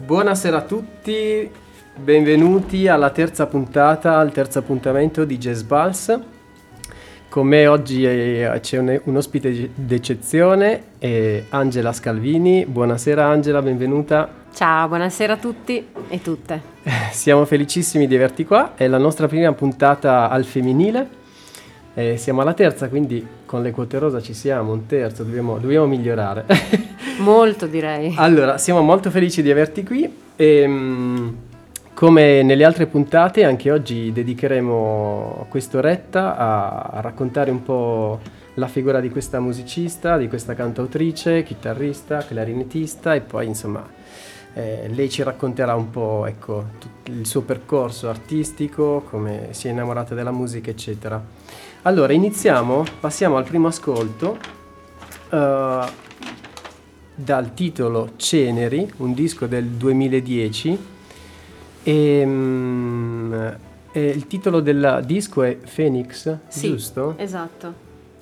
Buonasera a tutti, benvenuti alla terza puntata, al terzo appuntamento di Jazz Pulse. Con me oggi c'è un ospite d'eccezione, Angela Scalvini. Buonasera Angela, benvenuta. Ciao, buonasera a tutti e tutte. Siamo felicissimi di averti qua, è la nostra prima puntata al femminile. Siamo alla terza, quindi con le quote rosa ci siamo, un terzo, dobbiamo migliorare. Molto, direi. Allora, siamo molto felici di averti qui e come nelle altre puntate anche oggi dedicheremo quest'oretta a raccontare un po' la figura di questa musicista, di questa cantautrice, chitarrista, clarinettista, e poi insomma lei ci racconterà un po', ecco, il suo percorso artistico, come si è innamorata della musica, eccetera. Allora, passiamo al primo ascolto dal titolo Ceneri, un disco del 2010 e il titolo del disco è Phoenix, sì, giusto? Esatto.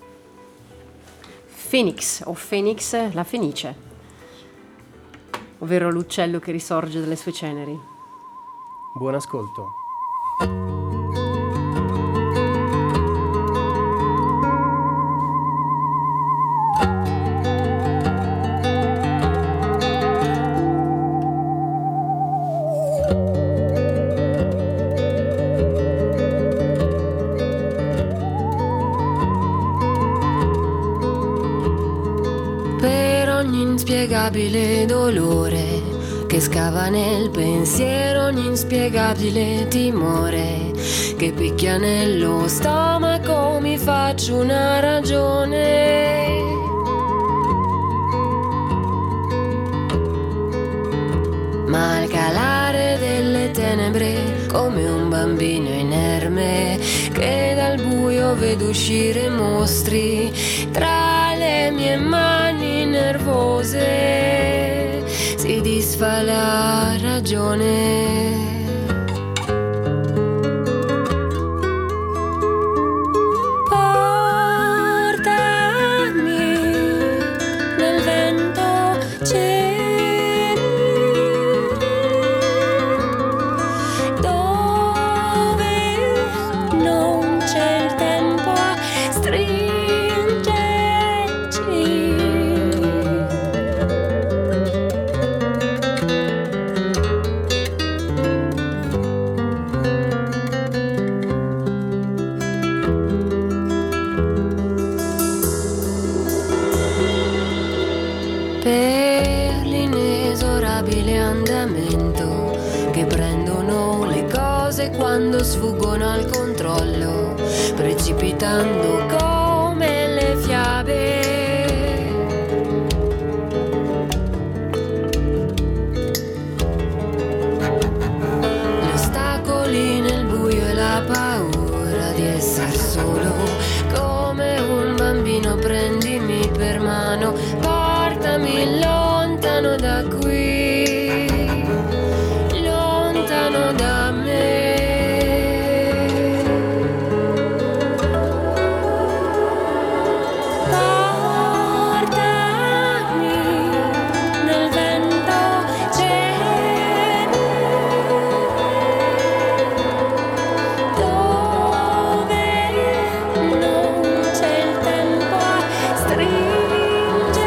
Phoenix o Phoenix, la fenice, ovvero l'uccello che risorge dalle sue ceneri. Buon ascolto. Inspiegabile dolore che scava nel pensiero, ogni inspiegabile timore che picchia nello stomaco, mi faccio una ragione. Ma al calare delle tenebre, come un bambino inerme che dal buio vedo uscire mostri tra le mie mani nervose, si disfa la ragione. Per l'inesorabile andamento che prendono le cose quando sfuggono al controllo, precipitando come le fiabe. Gli ostacoli nel buio e la paura di essere solo, come un bambino prendimi per mano, portami lontano da qui, lontano da me. Portami nel vento cenere, dove non c'è il tempo a stringerci.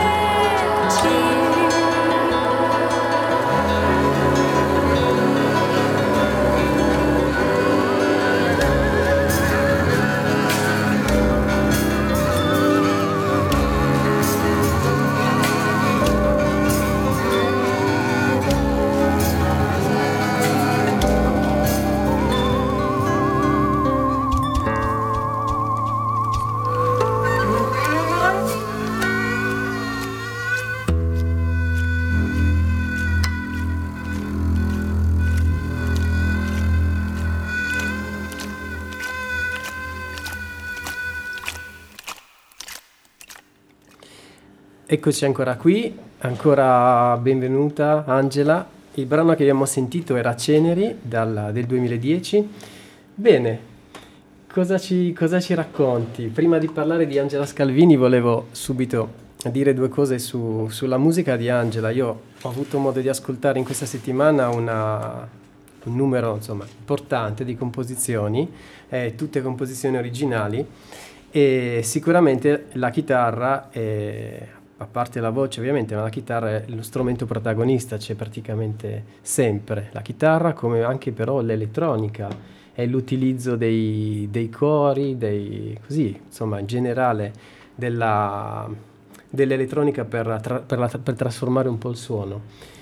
Eccoci ancora qui, ancora benvenuta Angela. Il brano che abbiamo sentito era Ceneri del 2010. Bene, cosa ci racconti? Prima di parlare di Angela Scalvini volevo subito dire due cose sulla musica di Angela. Io ho avuto modo di ascoltare in questa settimana un numero, insomma, importante di composizioni, tutte composizioni originali, e sicuramente la chitarra, a parte la voce ovviamente, ma la chitarra è lo strumento protagonista, c'è praticamente sempre la chitarra, come anche però l'elettronica, è l'utilizzo dei cori, così, insomma, in generale dell'elettronica per trasformare un po' il suono.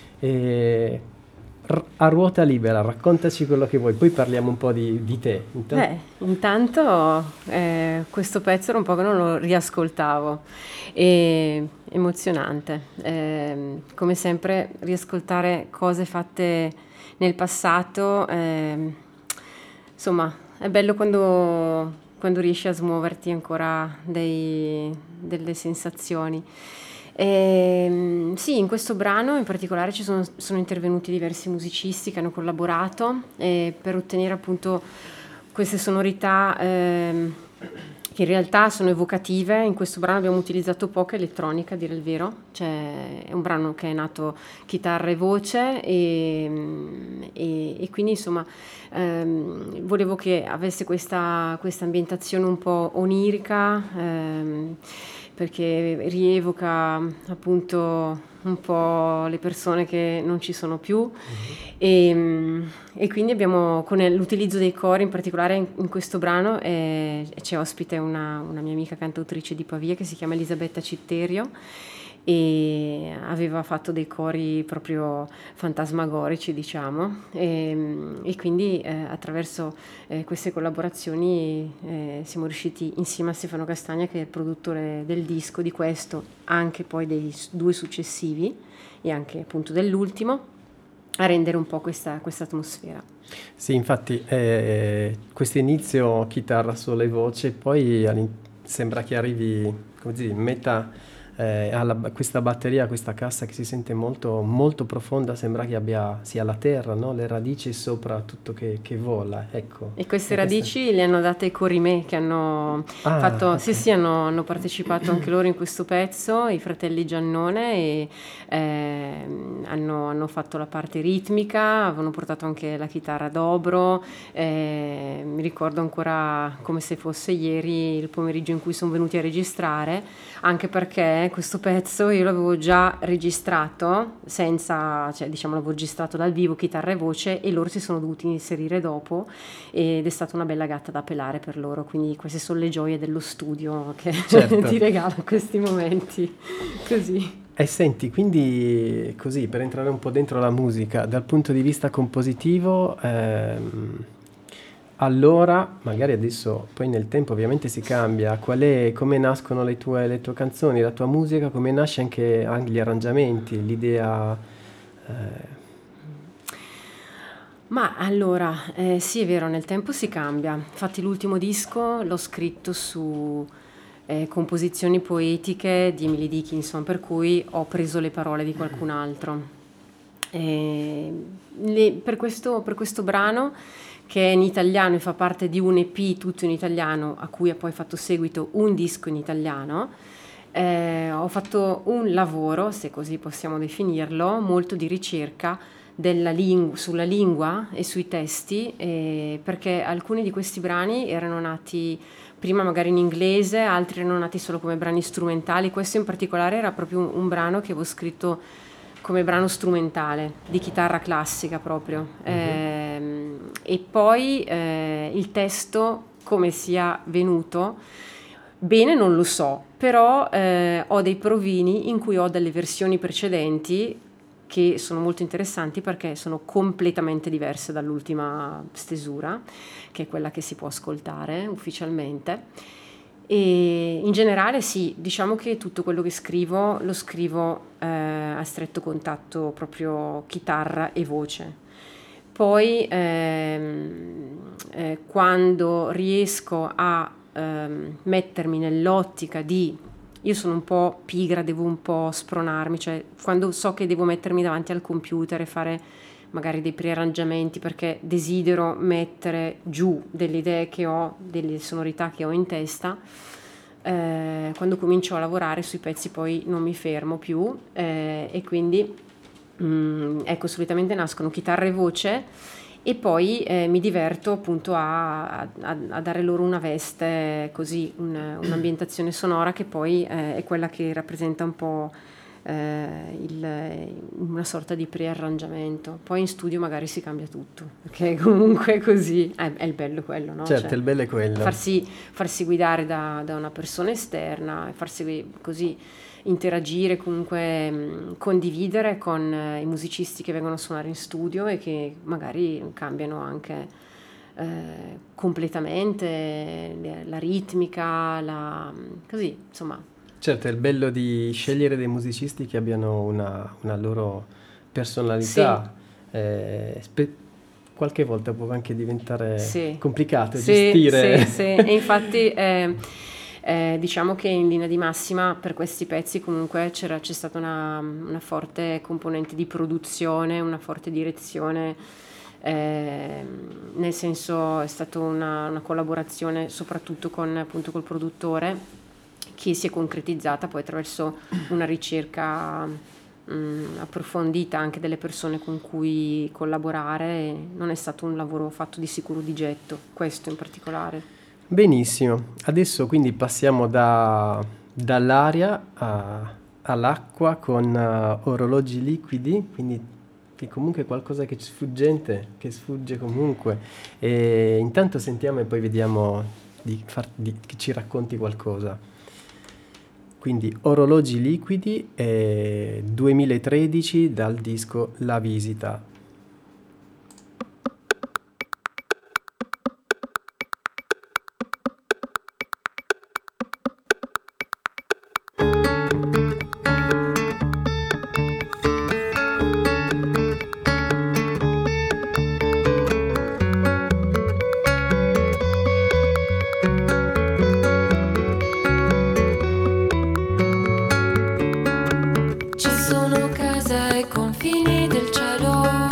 A ruota libera, raccontaci quello che vuoi, poi parliamo un po' di te. Intanto questo pezzo era un po' che non lo riascoltavo, e emozionante. Come sempre riascoltare cose fatte nel passato, insomma, è bello quando riesci a smuoverti ancora delle sensazioni. Sì, in questo brano in particolare sono intervenuti diversi musicisti che hanno collaborato per ottenere appunto queste sonorità che in realtà sono evocative. In questo brano abbiamo utilizzato poca elettronica, a dire il vero, cioè è un brano che è nato chitarra e voce, e quindi insomma volevo che avesse questa ambientazione un po' onirica, perché rievoca appunto un po' le persone che non ci sono più, e quindi abbiamo, con l'utilizzo dei cori in particolare in questo brano, c'è ospite una mia amica cantautrice di Pavia che si chiama Elisabetta Citterio, e aveva fatto dei cori proprio fantasmagorici, diciamo, e quindi attraverso queste collaborazioni siamo riusciti, insieme a Stefano Castagna, che è il produttore del disco, di questo, anche poi dei due successivi e anche appunto dell'ultimo, a rendere un po' questa atmosfera. Sì, infatti questo inizio chitarra solo e voce, poi sembra che arrivi, come dire, in metà, questa batteria, questa cassa che si sente molto, molto profonda, sembra che sia la terra, no? Le radici sopra tutto che vola, ecco. E queste radici le hanno date i Corimè, che hanno fatto, okay. Sì, hanno partecipato anche loro in questo pezzo, i fratelli Giannone, e hanno fatto la parte ritmica, avevano portato anche la chitarra dobro. Mi ricordo ancora come se fosse ieri il pomeriggio in cui sono venuti a registrare, anche perché questo pezzo io l'avevo già registrato l'avevo registrato dal vivo, chitarra e voce, e loro si sono dovuti inserire dopo, ed è stata una bella gatta da pelare per loro. Quindi queste sono le gioie dello studio che certo. Ti regala questi momenti così. E senti, quindi così, per entrare un po' dentro la musica, dal punto di vista compositivo, allora, magari adesso, poi nel tempo ovviamente si cambia, come nascono le tue canzoni, la tua musica, come nasce anche gli arrangiamenti, l'idea? Ma allora, sì, è vero, nel tempo si cambia. Infatti l'ultimo disco l'ho scritto su composizioni poetiche di Emily Dickinson, per cui ho preso le parole di qualcun altro. Per questo brano, che è in italiano e fa parte di un EP tutto in italiano, a cui ha poi fatto seguito un disco in italiano, ho fatto un lavoro, se così possiamo definirlo, molto di ricerca sulla lingua e sui testi, perché alcuni di questi brani erano nati prima magari in inglese, altri erano nati solo come brani strumentali. Questo in particolare era proprio un brano che avevo scritto come brano strumentale, di chitarra classica proprio. E poi il testo, come sia venuto, bene non lo so, però ho dei provini in cui ho delle versioni precedenti che sono molto interessanti, perché sono completamente diverse dall'ultima stesura, che è quella che si può ascoltare ufficialmente. E in generale sì, diciamo che tutto quello che scrivo lo scrivo a stretto contatto, proprio chitarra e voce. Poi quando riesco a mettermi nell'ottica io sono un po' pigra, devo un po' spronarmi, cioè quando so che devo mettermi davanti al computer e fare magari dei prearrangiamenti, perché desidero mettere giù delle idee che ho, delle sonorità che ho in testa, quando comincio a lavorare sui pezzi poi non mi fermo più, e quindi ecco, solitamente nascono chitarra e voce, e poi mi diverto appunto a dare loro una veste, così un'ambientazione sonora che poi è quella che rappresenta un po' una sorta di prearrangiamento. Poi in studio magari si cambia tutto, perché comunque così è il bello quello, no? Certo, Cioè, il bello è quello. farsi guidare da una persona esterna, e farsi così interagire, comunque condividere con i musicisti che vengono a suonare in studio e che magari cambiano anche completamente la ritmica, così, insomma. Certo, è il bello di scegliere dei musicisti che abbiano una loro personalità. Qualche volta può anche diventare complicato gestire. Sì. E infatti diciamo che in linea di massima per questi pezzi comunque c'è stata una forte componente di produzione, una forte direzione, nel senso è stata una collaborazione soprattutto appunto col produttore, che si è concretizzata poi attraverso una ricerca approfondita anche delle persone con cui collaborare. Non è stato un lavoro fatto di sicuro di getto, questo in particolare. Benissimo, adesso quindi passiamo dall'aria all'acqua con orologi liquidi, quindi che comunque è qualcosa che è sfuggente, che sfugge comunque. E intanto sentiamo e poi vediamo che ci racconti qualcosa. Quindi orologi liquidi, 2013 dal disco La Visita. Ci sono case ai confini del cielo,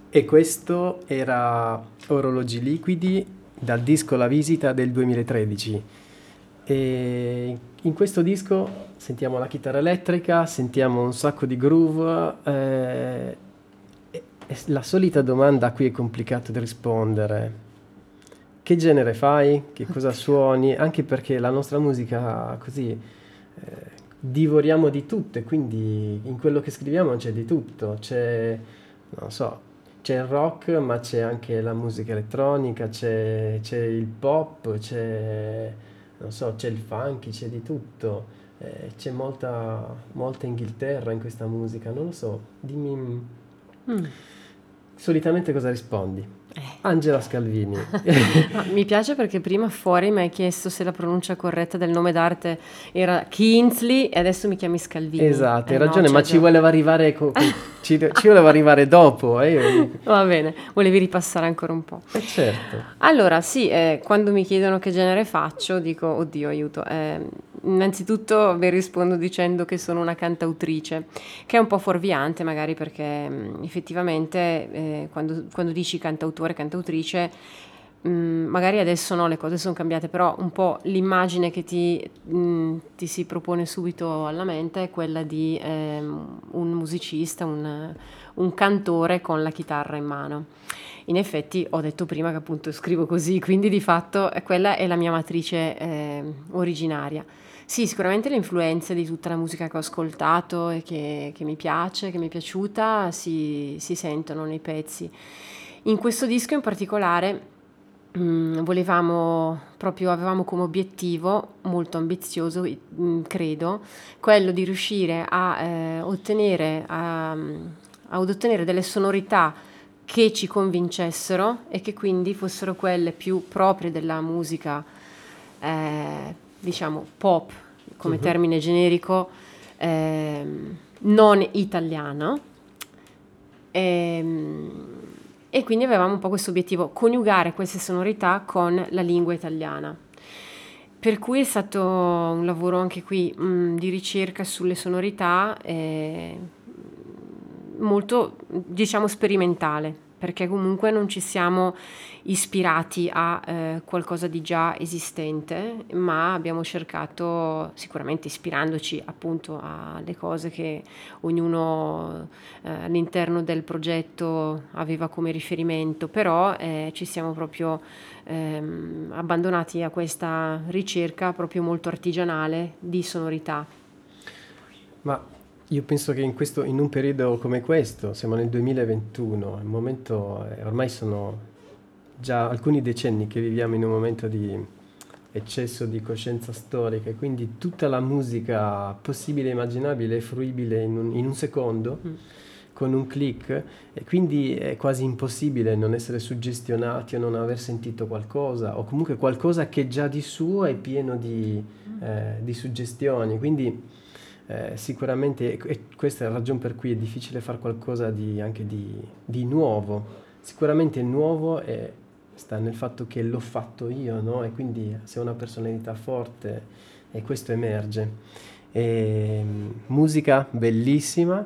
E questo era Orologi Liquidi dal disco La Visita del 2013. E in questo disco sentiamo la chitarra elettrica, sentiamo un sacco di groove. E la solita domanda a cui è complicato da rispondere: che genere fai? Che cosa suoni? Anche perché la nostra musica così divoriamo di tutto, e quindi in quello che scriviamo c'è di tutto. Non so, c'è il rock, ma c'è anche la musica elettronica, c'è il pop, non so, c'è il funky, c'è di tutto. C'è molta Inghilterra in questa musica, non lo so, dimmi. Solitamente cosa rispondi? Angela Scalvini. Mi piace perché prima fuori mi hai chiesto se la pronuncia corretta del nome d'arte era Kingsley e adesso mi chiami Scalvini. Esatto, hai no, ragione, c'è ma già. ci voleva arrivare ci voleva arrivare dopo. Va bene, volevi ripassare ancora un po'. Certo. Allora, sì, quando mi chiedono che genere faccio, dico, oddio, aiuto. Innanzitutto vi rispondo dicendo che sono una cantautrice, che è un po' fuorviante magari perché effettivamente quando dici cantautore, cantautrice, magari adesso no, le cose sono cambiate, però un po' l'immagine che ti si propone subito alla mente è quella di un musicista, un cantore con la chitarra in mano. In effetti ho detto prima che appunto scrivo così, quindi di fatto quella è la mia matrice originaria. Sì, sicuramente le influenze di tutta la musica che ho ascoltato e che mi piace, che mi è piaciuta, si sentono nei pezzi. In questo disco in particolare avevamo come obiettivo molto ambizioso, credo, quello di riuscire ad ottenere delle sonorità che ci convincessero e che quindi fossero quelle più proprie della musica diciamo pop come termine generico, non italiano, e quindi avevamo un po' questo obiettivo, coniugare queste sonorità con la lingua italiana, per cui è stato un lavoro anche qui di ricerca sulle sonorità molto, diciamo, sperimentale, perché comunque non ci siamo ispirati a qualcosa di già esistente, ma abbiamo cercato, sicuramente ispirandoci appunto alle cose che ognuno all'interno del progetto aveva come riferimento, però ci siamo proprio abbandonati a questa ricerca proprio molto artigianale di sonorità. Ma io penso che in un periodo come questo, siamo nel 2021, il momento ormai sono già alcuni decenni che viviamo in un momento di eccesso di coscienza storica, e quindi tutta la musica possibile e immaginabile è fruibile in un secondo, con un click, e quindi è quasi impossibile non essere suggestionati o non aver sentito qualcosa, o comunque qualcosa che già di suo è pieno di suggestioni, quindi sicuramente, e questa è la ragione per cui è difficile fare qualcosa anche di nuovo. Sicuramente il nuovo sta nel fatto che l'ho fatto io, no? E quindi se ho una personalità forte, e questo emerge. Musica bellissima,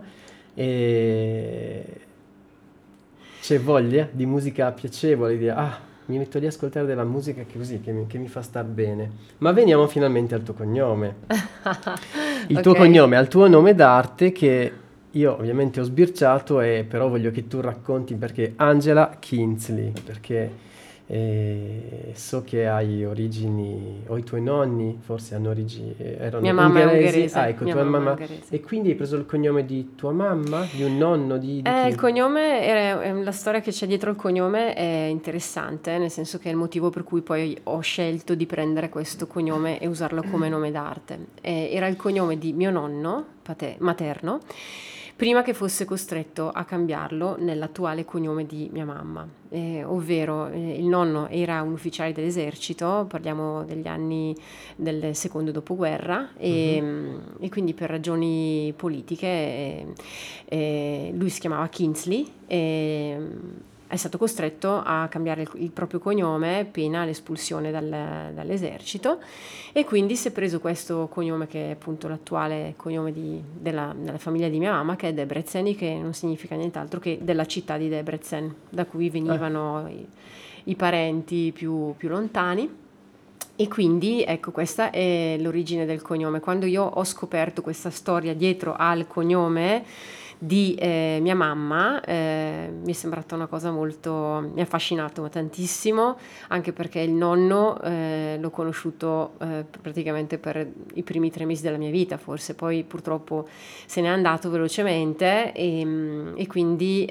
e c'è voglia di musica piacevole, di mi metto lì a ascoltare della musica che mi fa star bene. Ma veniamo finalmente al tuo cognome. Il tuo cognome, al tuo nome d'arte, che io ovviamente ho sbirciato, però voglio che tu racconti perché Angela Kingsley, perché so che hai origini, o i tuoi nonni forse hanno origini, erano mia mamma ungheresi. È ungherese. Ecco, tua mamma. E quindi hai preso il cognome di tua mamma, di un nonno, di chi? Il cognome, la storia che c'è dietro il cognome è interessante, nel senso che è il motivo per cui poi ho scelto di prendere questo cognome e usarlo come nome d'arte. Era il cognome di mio nonno materno, prima che fosse costretto a cambiarlo nell'attuale cognome di mia mamma, ovvero il nonno era un ufficiale dell'esercito, parliamo degli anni del secondo dopoguerra, e quindi per ragioni politiche lui si chiamava Kingsley, è stato costretto a cambiare il proprio cognome pena l'espulsione dall'esercito, e quindi si è preso questo cognome che è appunto l'attuale cognome della famiglia di mia mamma, che è Debreceni, che non significa nient'altro che della città di Debrecen, da cui venivano i parenti più lontani. E quindi ecco, questa è l'origine del cognome. Quando io ho scoperto questa storia dietro al cognome di mia mamma, mi è sembrata una cosa mi ha affascinato tantissimo, anche perché il nonno l'ho conosciuto praticamente per i primi 3 mesi della mia vita, forse poi purtroppo se n'è andato velocemente, e quindi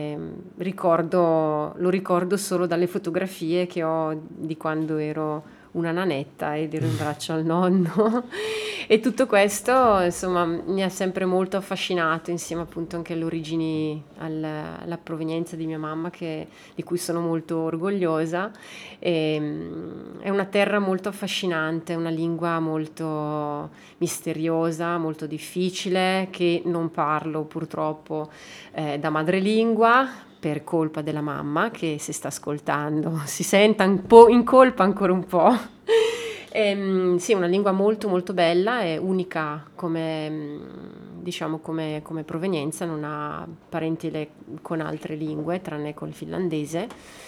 lo ricordo solo dalle fotografie che ho di quando ero una nanetta ed ero in braccio al nonno e tutto questo insomma mi ha sempre molto affascinato, insieme appunto anche alle origini, alla provenienza di mia mamma, di cui sono molto orgogliosa. È una terra molto affascinante, una lingua molto misteriosa, molto difficile, che non parlo purtroppo da madrelingua, per colpa della mamma, che se sta ascoltando si senta un po' in colpa ancora un po'. Sì, è una lingua molto molto bella, è unica come provenienza, non ha parentele con altre lingue tranne col finlandese,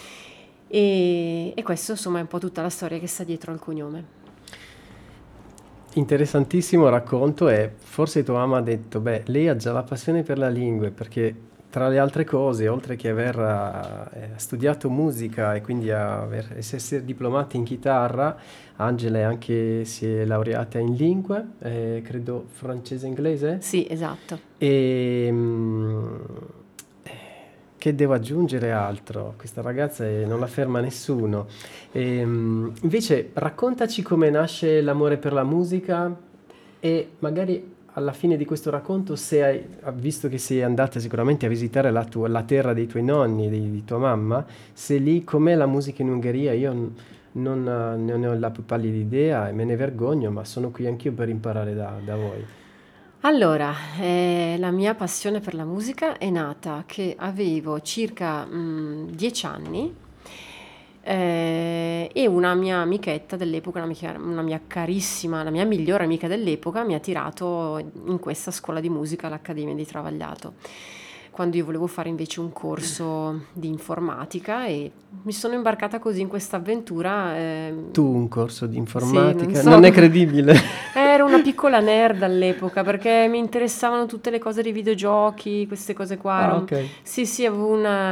e questo insomma è un po' tutta la storia che sta dietro al cognome. Interessantissimo racconto, e forse tua mamma ha detto, beh, lei ha già la passione per la lingua, perché tra le altre cose, oltre che aver studiato musica e quindi essere diplomata in chitarra, Angela si è laureata in lingue, credo francese e inglese? Sì, esatto. E che devo aggiungere altro? Questa ragazza non la ferma nessuno. Invece raccontaci come nasce l'amore per la musica, e magari alla fine di questo racconto, visto che sei andata sicuramente a visitare la terra dei tuoi nonni, di tua mamma, se lì com'è la musica in Ungheria. Io non ne ho la più pallida idea e me ne vergogno, ma sono qui anch'io per imparare da voi. Allora, la mia passione per la musica è nata che avevo circa 10 anni, e una mia amichetta dell'epoca, una mia carissima, la mia migliore amica dell'epoca, mi ha tirato in questa scuola di musica all'Accademia di Travagliato, quando io volevo fare invece un corso di informatica, e mi sono imbarcata così in questa avventura. Tu un corso di informatica? Sì, non è credibile. Ero una piccola nerd all'epoca, perché mi interessavano tutte le cose dei videogiochi, queste cose qua. Ok. Sì, avevo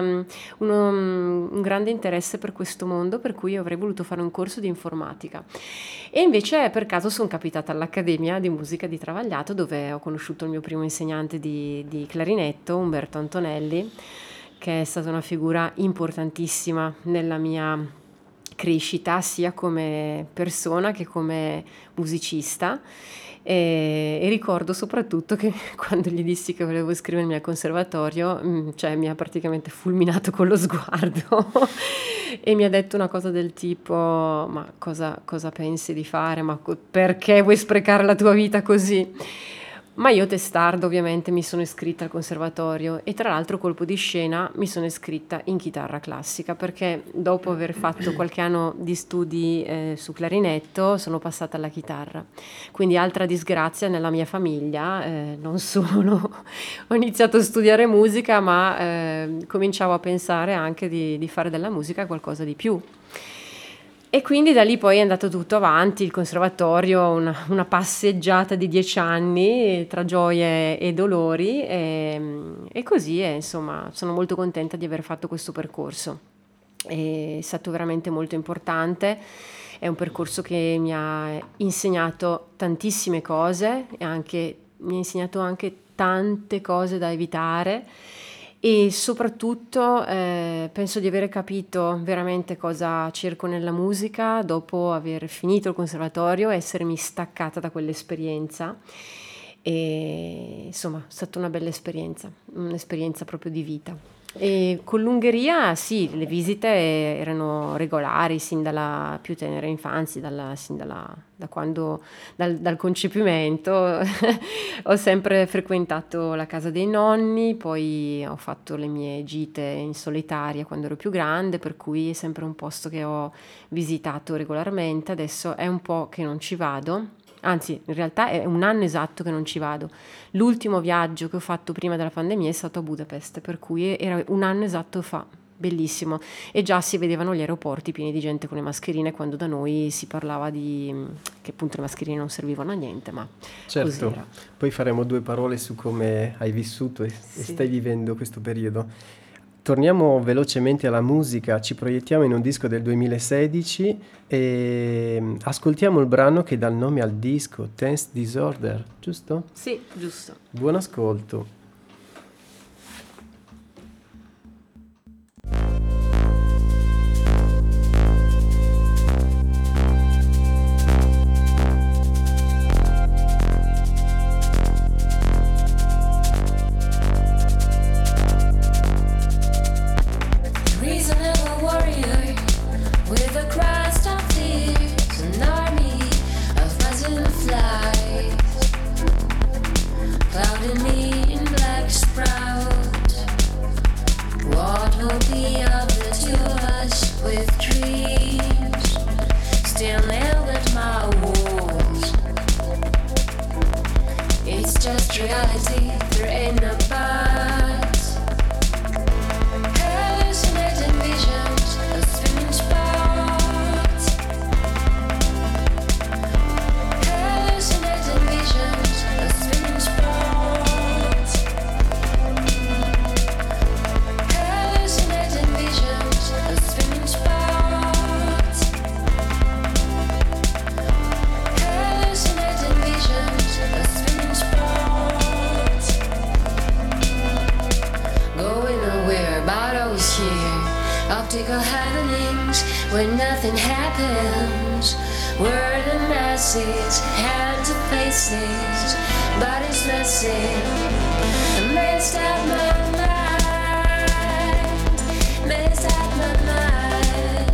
un grande interesse per questo mondo, per cui avrei voluto fare un corso di informatica. E invece per caso sono capitata all'Accademia di Musica di Travagliato, dove ho conosciuto il mio primo insegnante di clarinetto, Umberto Antonelli, che è stata una figura importantissima nella mia crescita, sia come persona che come musicista. E ricordo soprattutto che quando gli dissi che volevo iscrivermi al conservatorio, mi ha praticamente fulminato con lo sguardo e mi ha detto una cosa del tipo: ma cosa pensi di fare? Ma perché vuoi sprecare la tua vita così? Ma io testardo ovviamente mi sono iscritta al conservatorio, e tra l'altro colpo di scena mi sono iscritta in chitarra classica, perché dopo aver fatto qualche anno di studi su clarinetto sono passata alla chitarra. Quindi altra disgrazia nella mia famiglia, non solo ho iniziato a studiare musica, ma cominciavo a pensare anche di fare della musica qualcosa di più. E quindi da lì poi è andato tutto avanti, il conservatorio, una passeggiata di 10 anni tra gioie e dolori, e così insomma sono molto contenta di aver fatto questo percorso. È stato veramente molto importante, è un percorso che mi ha insegnato tantissime cose, e mi ha insegnato anche tante cose da evitare. E soprattutto penso di aver capito veramente cosa cerco nella musica dopo aver finito il conservatorio, essermi staccata da quell'esperienza, e insomma è stata una bella esperienza, un'esperienza proprio di vita. E con l'Ungheria sì, le visite erano regolari sin dalla più tenera infanzia, da quando, dal concepimento. Ho sempre frequentato la casa dei nonni, poi ho fatto le mie gite in solitaria quando ero più grande, per cui è sempre un posto che ho visitato regolarmente. Adesso è un po' che non ci vado, anzi in realtà è un anno esatto che non ci vado. L'ultimo viaggio che ho fatto prima della pandemia è stato a Budapest, per cui era un anno esatto fa, bellissimo. E già si vedevano gli aeroporti pieni di gente con le mascherine, quando da noi si parlava di che appunto le mascherine non servivano a niente, ma Certo, cos'era. poi faremo due parole su come hai vissuto e Sì. stai vivendo questo periodo. Torniamo velocemente alla musica, ci proiettiamo in un disco del 2016 e ascoltiamo il brano che dà il nome al disco, Tense Disorder, giusto? Sì, giusto. Buon ascolto. Reasonable warrior with a crest of fears, an army of buzzing flies, clouding me in black sprout. What will be of the two of us with dreams still nailed at my walls? It's just reality, there ain't no buts. Hallucinating visions of swimming spots. Hallucinating visions of swimming spots. Hallucinating visions of swimming spots. Hallucinating visions of swimming spots. Going nowhere, but always here. Optical happenings when nothing happens. Word and message, hand to faces, bodies messing. Amazed at my mind, amazed at my mind.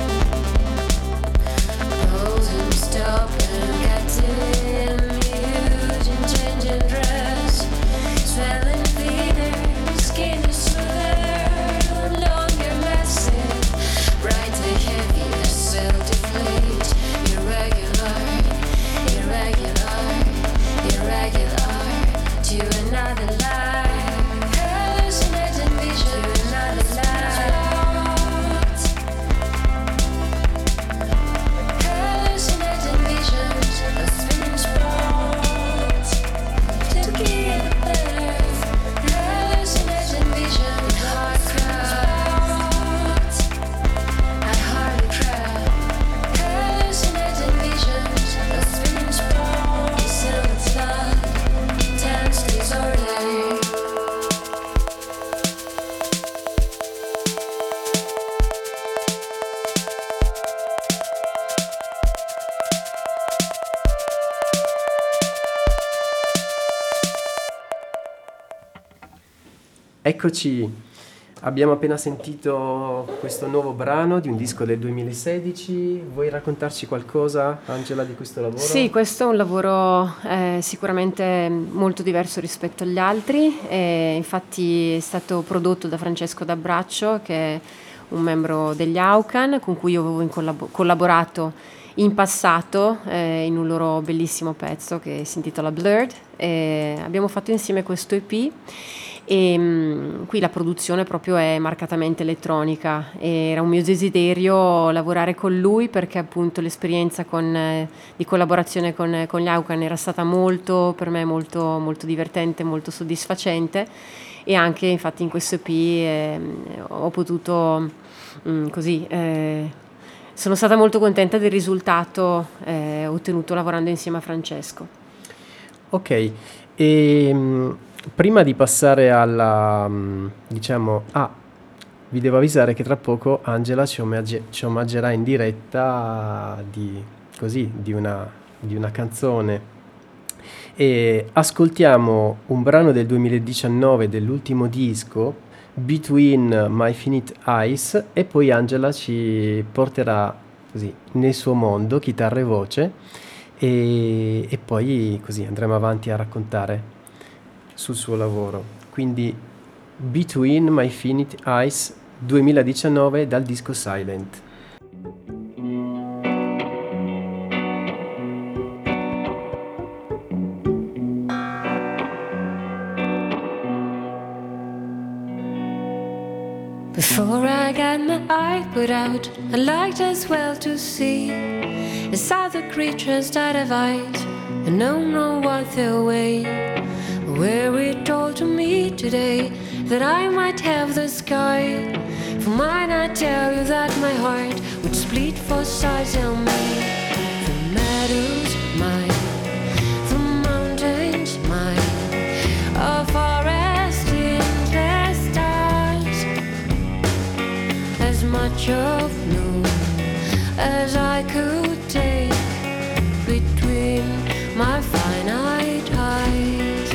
Frozen, stopping, captain, mute and changing dress. Swelling fever, skin is smoother, no longer massive. Brighter, heavier, self-deflate. Irregular, irregular, irregular. To another life. Hallucinating vision to another life. Hallucinating visions of swimming spots. To give birth. Hallucinating vision, hard crowds. I hardly crowd. Hallucinating visions of swimming spots. Silver flood, tense disorder. Eccoci, abbiamo appena sentito questo nuovo brano di un disco del 2016. Vuoi raccontarci qualcosa, Angela, di questo lavoro? Sì, questo è un lavoro sicuramente molto diverso rispetto agli altri, infatti è stato prodotto da Francesco D'Abbraccio, che è un membro degli Aucan, con cui io avevo collaborato in passato in un loro bellissimo pezzo che si intitola Blurred. Abbiamo fatto insieme questo EP e qui la produzione proprio è marcatamente elettronica. Era un mio desiderio lavorare con lui, perché appunto l'esperienza di collaborazione con gli Aucan era stata per me molto divertente, molto soddisfacente, e anche infatti in questo EP ho potuto sono stata molto contenta del risultato ottenuto lavorando insieme a Francesco. Ok, e prima di passare alla, vi devo avvisare che tra poco Angela ci omaggerà in diretta di una canzone. E ascoltiamo un brano del 2019 dell'ultimo disco Between My Finite Eyes, e poi Angela ci porterà così nel suo mondo, chitarra e voce, e poi così andremo avanti a raccontare sul suo lavoro. Quindi Between My Finite Eyes 2019 dal disco Silent. Before I got my eye put out, I liked as well to see as other creatures that have eyes and don't know what their way. Were it told to me today that I might have the sky, for mine I tell you that my heart would split for sides and me. The meadows mine, the mountains mine, a forest in the stars, as much of blue as I could take between my finite eyes.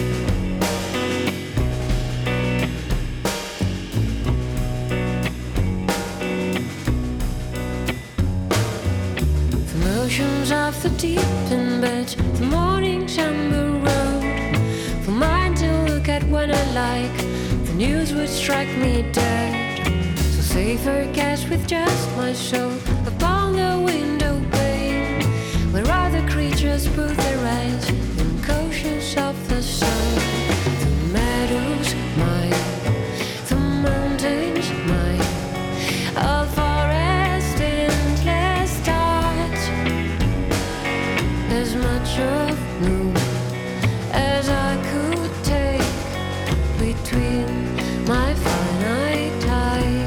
The motions of the deep in bed, the morning's amber road, for mine to look at when I like, the news would strike me dead. Safer cast with just my soul upon the window pane, where other creatures put their eyes in cautious of the sun. The meadows mine, the mountains mine, a forest endless stars, as much of blue as I could take between my finite eyes.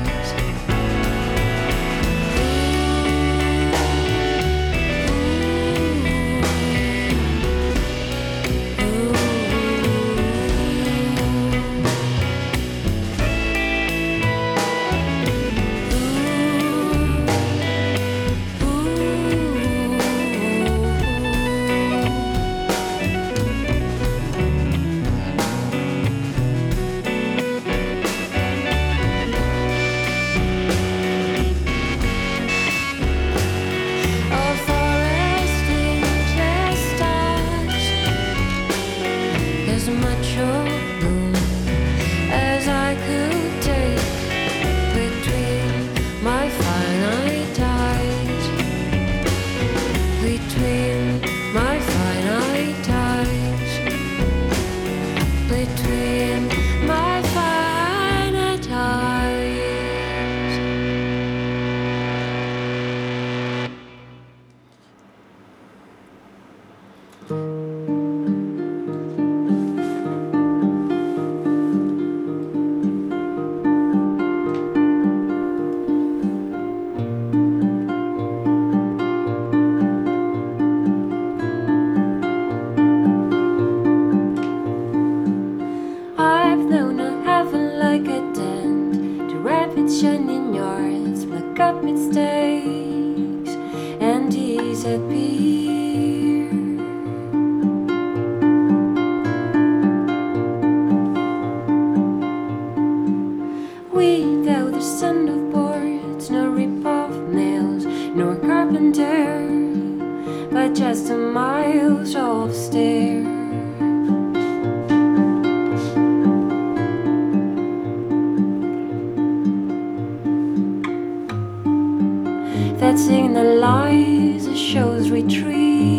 That signalizes shows retreat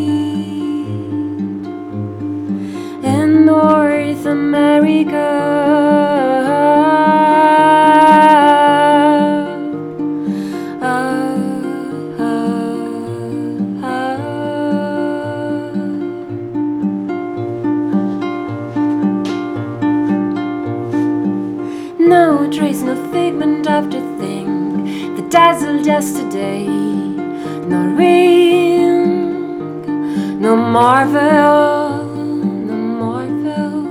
in North America. No trace, no figment of the thing that dazzled yesterday. No ring, no marvel, no marvel.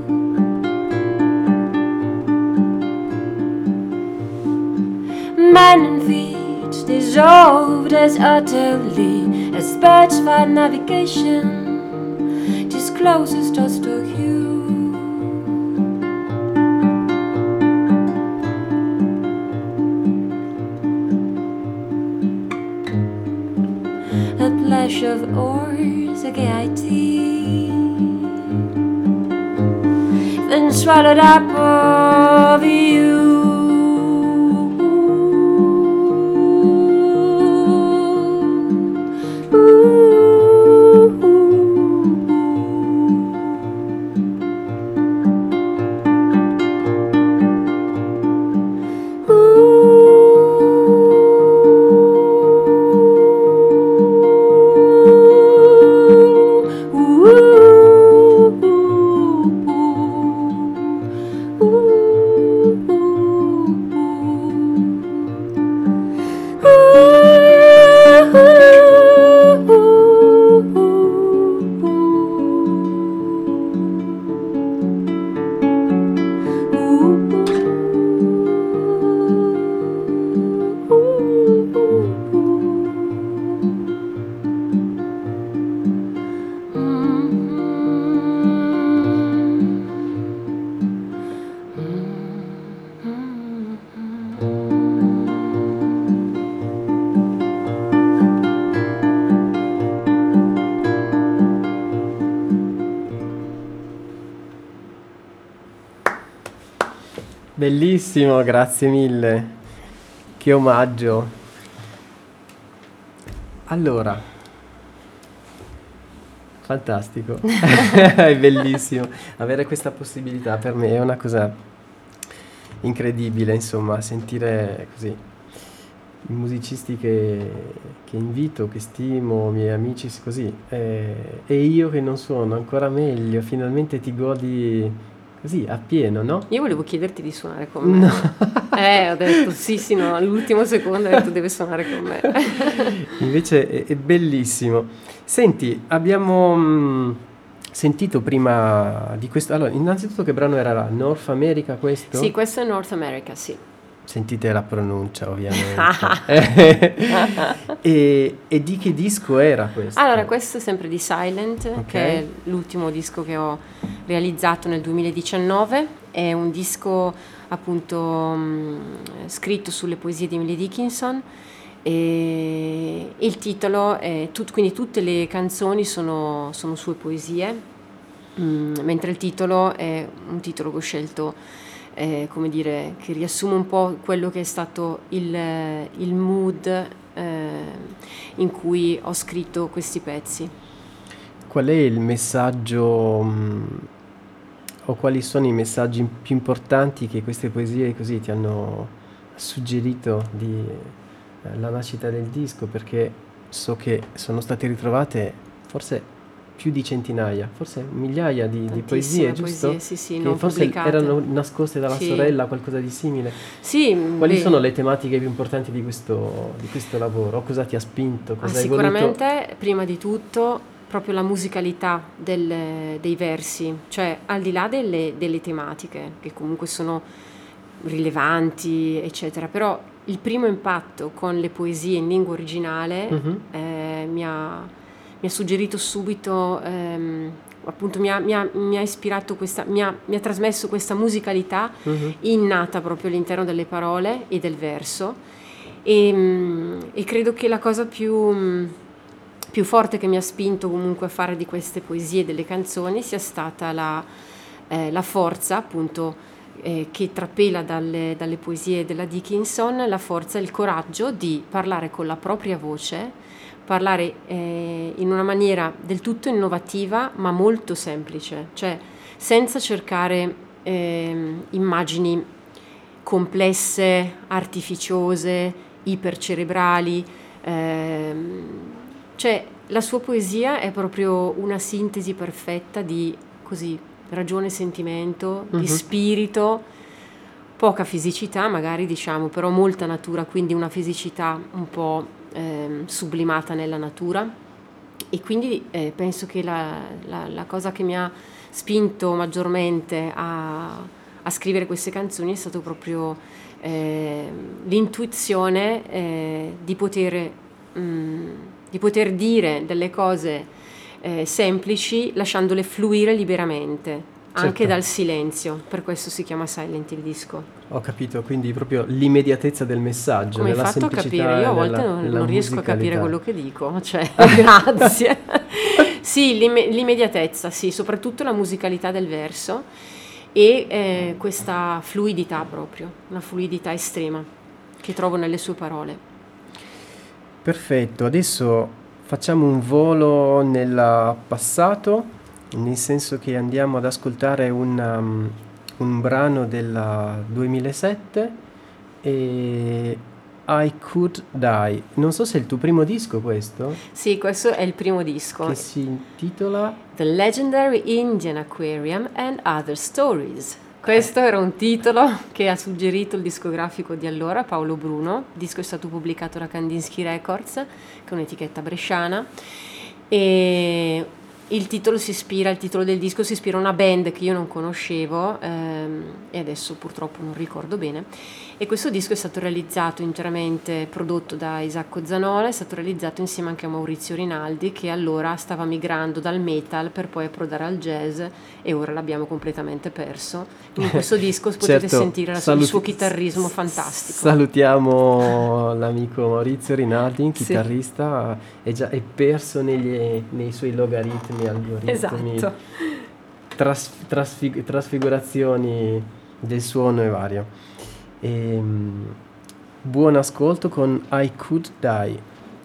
Man and feet dissolved as utterly as birds find navigation discloses just a hue. flash of oars again, then swallowed up of you. Bellissimo, grazie mille. Che omaggio. Allora, fantastico. È bellissimo. Avere questa possibilità per me è una cosa incredibile, insomma, sentire così i musicisti che invito, che stimo, miei amici, così. E io che non suono, ancora meglio, finalmente ti godi così, appieno, no? Io volevo chiederti di suonare con me. No. Ho detto sì, no, all'ultimo secondo ho detto deve suonare con me. Invece è bellissimo. Senti, abbiamo sentito prima di questo... Allora, innanzitutto che brano era North America questo? Sì, questo è North America, sì. Sentite la pronuncia, ovviamente. e di che disco era questo? Allora, questo è sempre di Silent, Okay. che è l'ultimo disco che ho realizzato nel 2019. È un disco appunto scritto sulle poesie di Emily Dickinson e il titolo è quindi tutte le canzoni sono sue poesie, mentre il titolo è un titolo che ho scelto come dire, che riassume un po' quello che è stato il mood in cui ho scritto questi pezzi. Qual è il messaggio o quali sono i messaggi più importanti che queste poesie così ti hanno suggerito di la nascita del disco? Perché so che sono state ritrovate forse più di centinaia, forse migliaia di poesie, giusto? Poesie, sì, che non forse pubblicate. erano nascoste dalla Sì. sorella, qualcosa di simile. Sì, Quali beh, sono le tematiche più importanti di questo lavoro? O cosa ti ha spinto? Cosa hai voluto? sicuramente, prima di tutto, proprio la musicalità dei versi, cioè al di là delle tematiche, che comunque sono rilevanti, eccetera, però il primo impatto con le poesie in lingua originale mi ha suggerito subito, appunto mi ha ispirato mi ha trasmesso questa musicalità innata proprio all'interno delle parole e del verso e credo che la cosa più forte che mi ha spinto comunque a fare di queste poesie delle canzoni sia stata la forza appunto che trapela dalle poesie della Dickinson, la forza e il coraggio di parlare con la propria voce, parlare in una maniera del tutto innovativa ma molto semplice, cioè senza cercare immagini complesse, artificiose, ipercerebrali, cioè la sua poesia è proprio una sintesi perfetta di così ragione e sentimento, di spirito, poca fisicità magari diciamo, però molta natura, quindi una fisicità un po' sublimata nella natura e quindi penso che la cosa che mi ha spinto maggiormente a scrivere queste canzoni è stato proprio l'intuizione di poter dire delle cose semplici lasciandole fluire liberamente, anche Certo. dal silenzio, per questo si chiama Silent il disco. Ho capito, quindi proprio l'immediatezza del messaggio, Come hai nella fatto a semplicità capire? Io a e volte nella, non, nella non riesco a capire musicalità. quello che dico, cioè, grazie. Sì, l'immediatezza, sì, soprattutto la musicalità del verso e questa fluidità proprio, una fluidità estrema che trovo nelle sue parole. Perfetto, adesso facciamo un volo nel passato, nel senso che andiamo ad ascoltare un brano del 2007 e I Could Die. Non so se è il tuo primo disco questo, Sì, questo è il primo disco, che si intitola... The Legendary Indian Aquarium and Other Stories. Questo era un titolo che ha suggerito il discografico di allora, Paolo Bruno. Il disco è stato pubblicato da Kandinsky Records, che è un'etichetta bresciana, e il titolo del disco si ispira a una band che io non conoscevo e adesso purtroppo non ricordo bene. E questo disco è stato realizzato interamente, prodotto da Isacco Zanola, è stato realizzato insieme anche a Maurizio Rinaldi, che allora stava migrando dal metal per poi approdare al jazz e ora l'abbiamo completamente perso. In questo disco potete Certo, sentire il suo chitarrismo fantastico. Salutiamo l'amico Maurizio Rinaldi, Sì. chitarrista, è perso nei suoi logaritmi, algoritmi, Esatto. trasfigurazioni del suono e vario. Buon ascolto con I Could Die.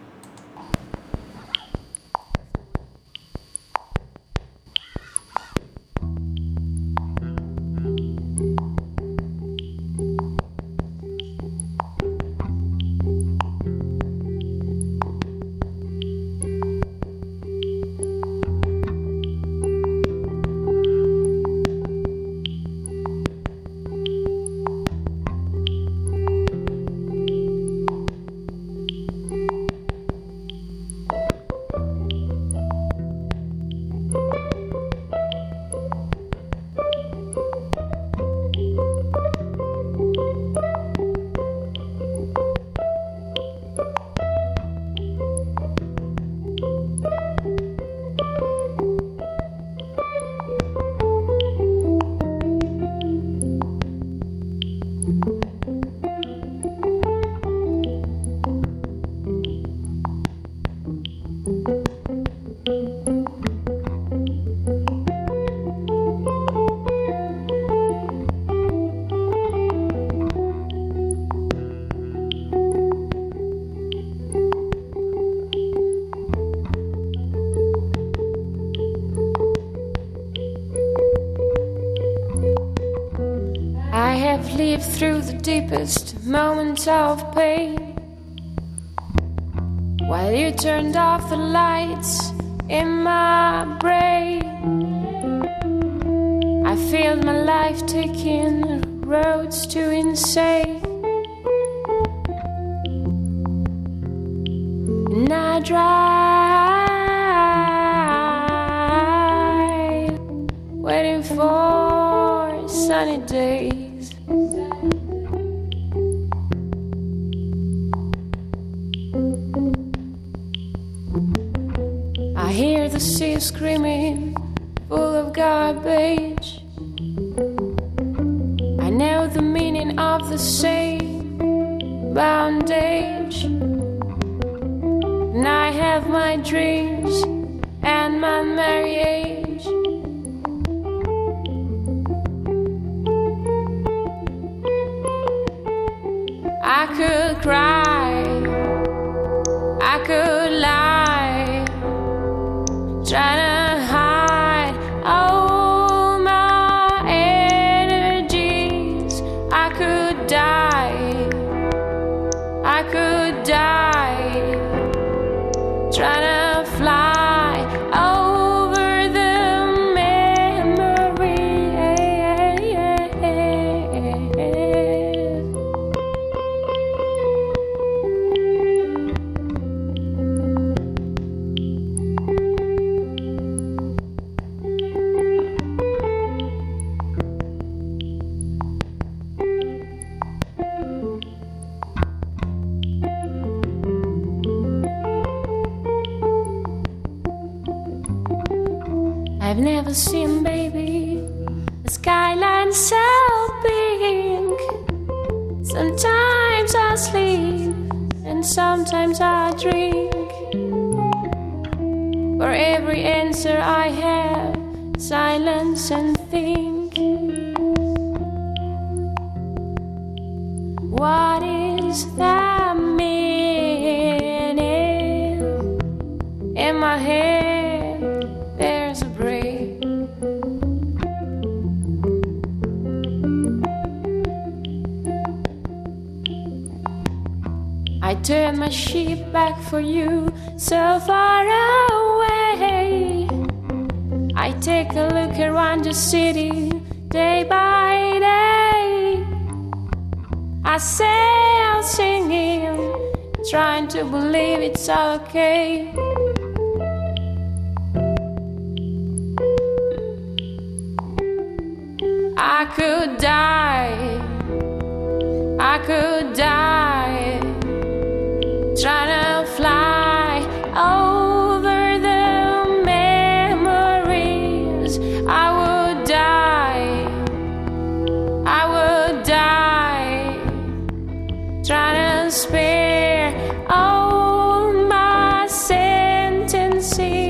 I have lived through the deepest moments of pain, while you turned off the lights in my brain. I feel my life taking roads to insane, and I drive waiting for sunny days. I hear the sea screaming, full of garbage. I know the meaning of the same bondage, and I have my dreams and my marriage. I could cry, I could lie, trying to hide all my energies. I could die, I could die, trying to fly over the memory. I've never seen baby myself being. Sometimes I sleep and sometimes I drink. For every answer I have silence and think. What is the meaning? In my head there's a break. I turn my sheep back for you, so far away. I take a look around the city day by day. I sail singing, trying to believe it's okay. I could die, I could die, trying to fly over the memories. I would die, I would die, trying to spare all my sentences.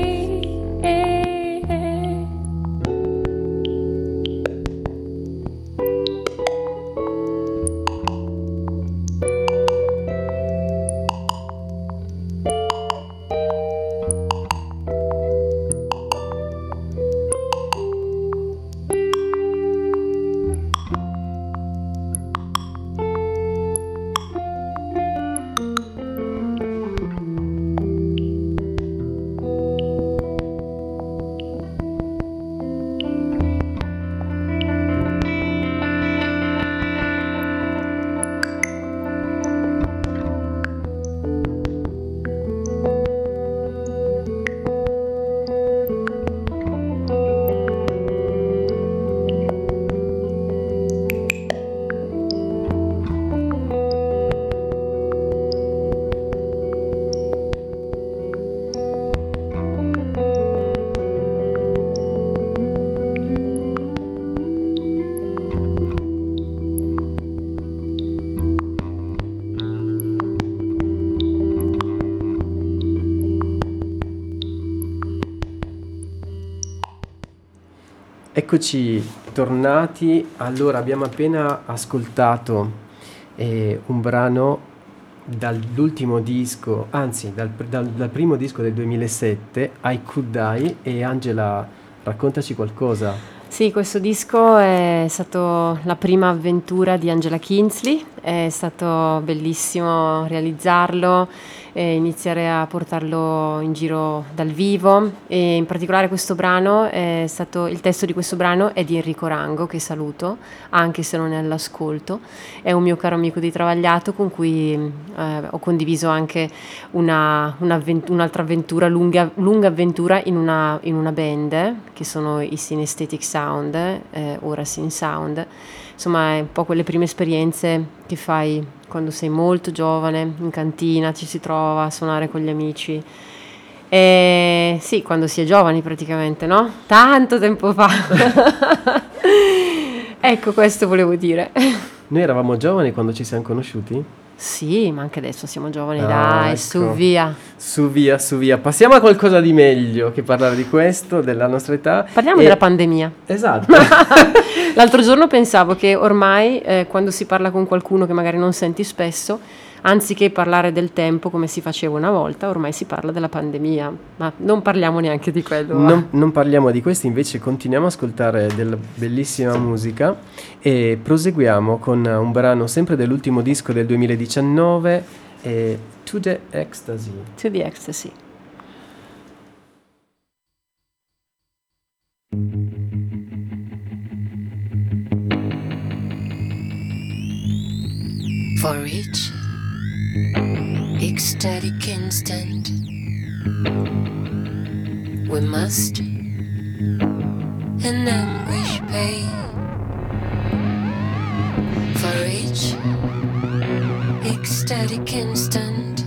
Eccoci tornati. Allora, abbiamo appena ascoltato un brano dall'ultimo disco, anzi dal primo disco del 2007, I Could Die. E Angela, raccontaci qualcosa. Sì, questo disco è stato la prima avventura di Angela Kinsley, è stato bellissimo realizzarlo e iniziare a portarlo in giro dal vivo, e in particolare questo brano è stato, il testo di questo brano è di Enrico Rango, che saluto anche se non è all'ascolto. È un mio caro amico di Travagliato con cui ho condiviso anche un'altra avventura, lunga avventura in una band che sono i Synesthetic Sound, ora Sin Sound. Insomma, è un po' quelle prime esperienze che fai quando sei molto giovane, in cantina ci si trova a suonare con gli amici. E sì, quando si è giovani praticamente, no? Tanto tempo fa. Ecco, questo volevo dire. Noi eravamo giovani quando ci siamo conosciuti? Sì, ma anche adesso siamo giovani, dai, ecco. su via. Su via. Passiamo a qualcosa di meglio che parlare di questo, della nostra età. Parliamo della pandemia. Esatto. L'altro giorno pensavo che ormai quando si parla con qualcuno che magari non senti spesso, anziché parlare del tempo come si faceva una volta, ormai si parla della pandemia. Ma non parliamo neanche di quello. Non parliamo di questo, invece continuiamo ad ascoltare della bellissima musica e proseguiamo con un brano sempre dell'ultimo disco del 2019, To the Ecstasy. To the Ecstasy. For each ecstatic instant we must in anguish pay. For each ecstatic instant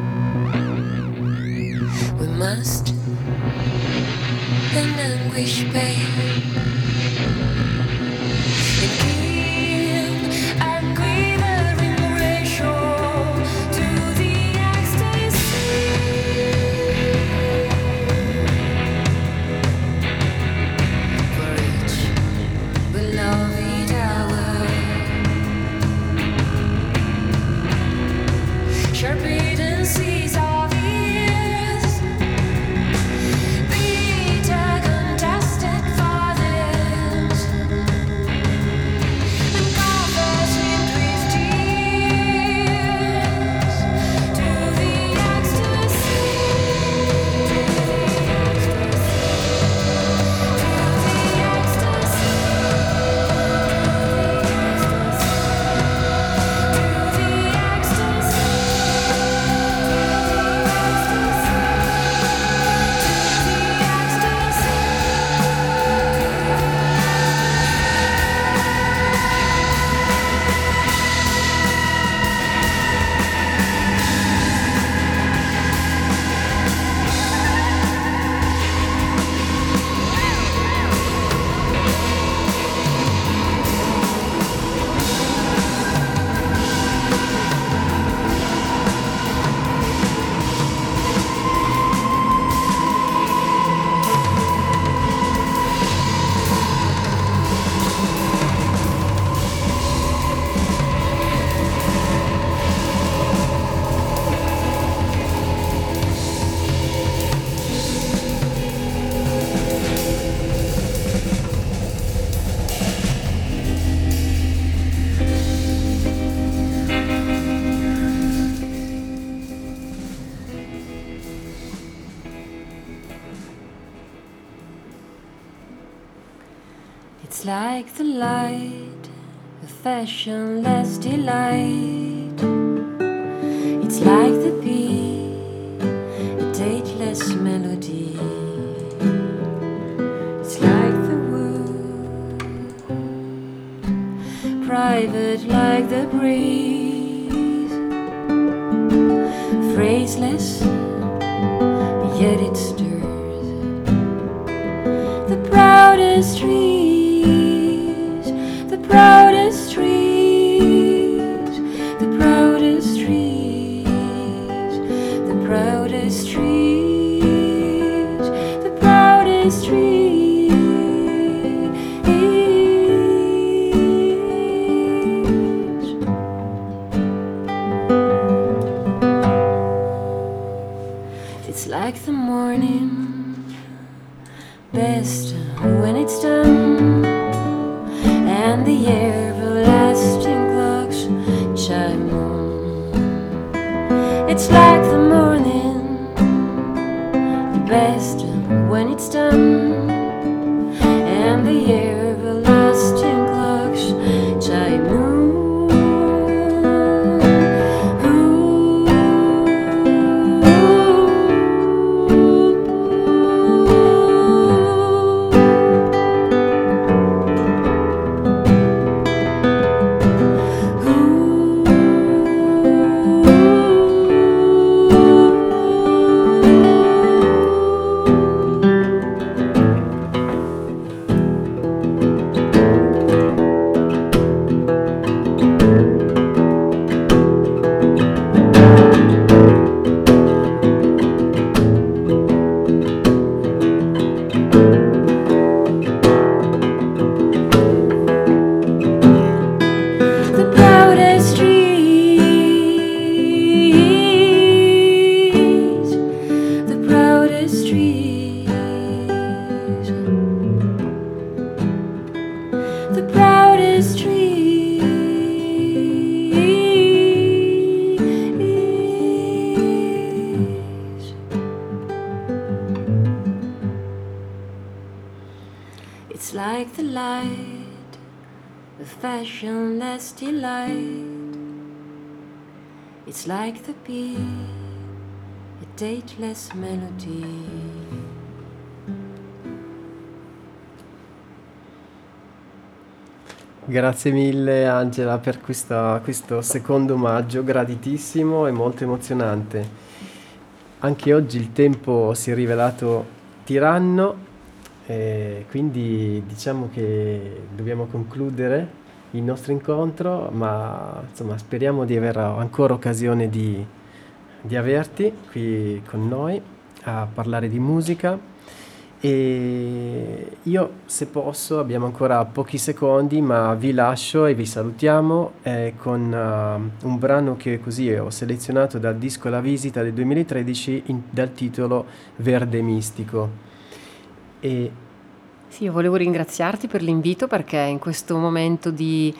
we must in anguish pay. In It's like the light, a fashionless delight. It's like the beat, a dateless melody. It's like the word, private like the breeze. Phraseless, yet it stirs the proudest trees, the proudest trees, the proudest trees, the proudest trees, the proudest trees. It's like the morning, best when it's done, and the everlasting clocks chime on. It's like the morning, the best when it's done, and the everlasting clocks chime on. It's like the light, the fashionless delight. It's like the beat, a dateless melody. Grazie mille Angela per questo secondo omaggio, graditissimo e molto emozionante. Anche oggi il tempo si è rivelato tiranno, quindi diciamo che dobbiamo concludere il nostro incontro, ma insomma speriamo di avere ancora occasione di averti qui con noi a parlare di musica. E io, se posso, abbiamo ancora pochi secondi, ma vi lascio e vi salutiamo con un brano che così ho selezionato dal disco La Visita del 2013 dal titolo Verde Mistico. Sì, io volevo ringraziarti per l'invito, perché in questo momento di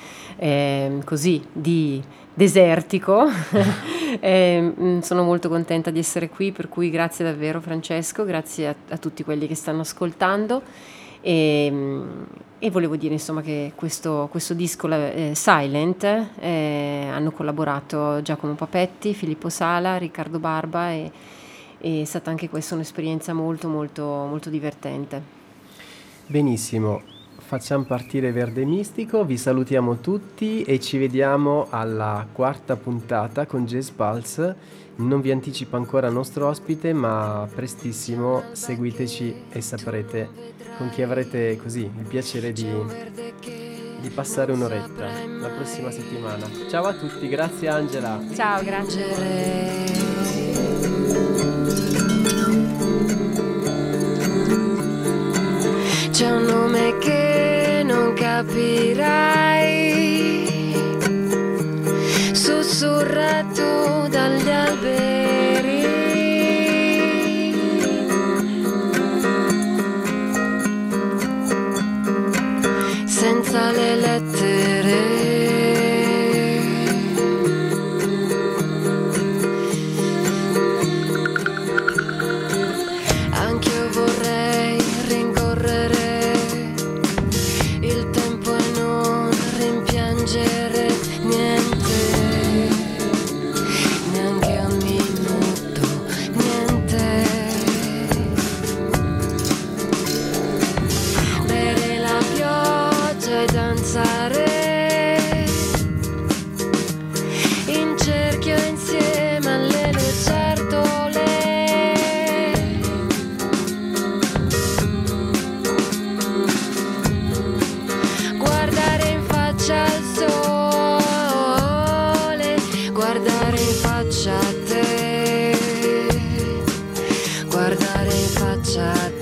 desertico sono molto contenta di essere qui, per cui grazie davvero Francesco, grazie a tutti quelli che stanno ascoltando e volevo dire insomma che questo disco Silent hanno collaborato Giacomo Papetti, Filippo Sala, Riccardo Barba e è stata anche questa un'esperienza molto molto molto divertente. Benissimo, facciamo partire Verde Mistico, vi salutiamo tutti e ci vediamo alla quarta puntata con Jazz Pulse. Non vi anticipo ancora il nostro ospite, ma prestissimo seguiteci e saprete con chi avrete così il piacere di passare un'oretta la prossima settimana. Ciao a tutti, grazie Angela. Ciao, grazie. C'è un nome che non capirai, sussurrato dagli alberi, senza le lettere. Anch'io vorrei rincorrere il faccia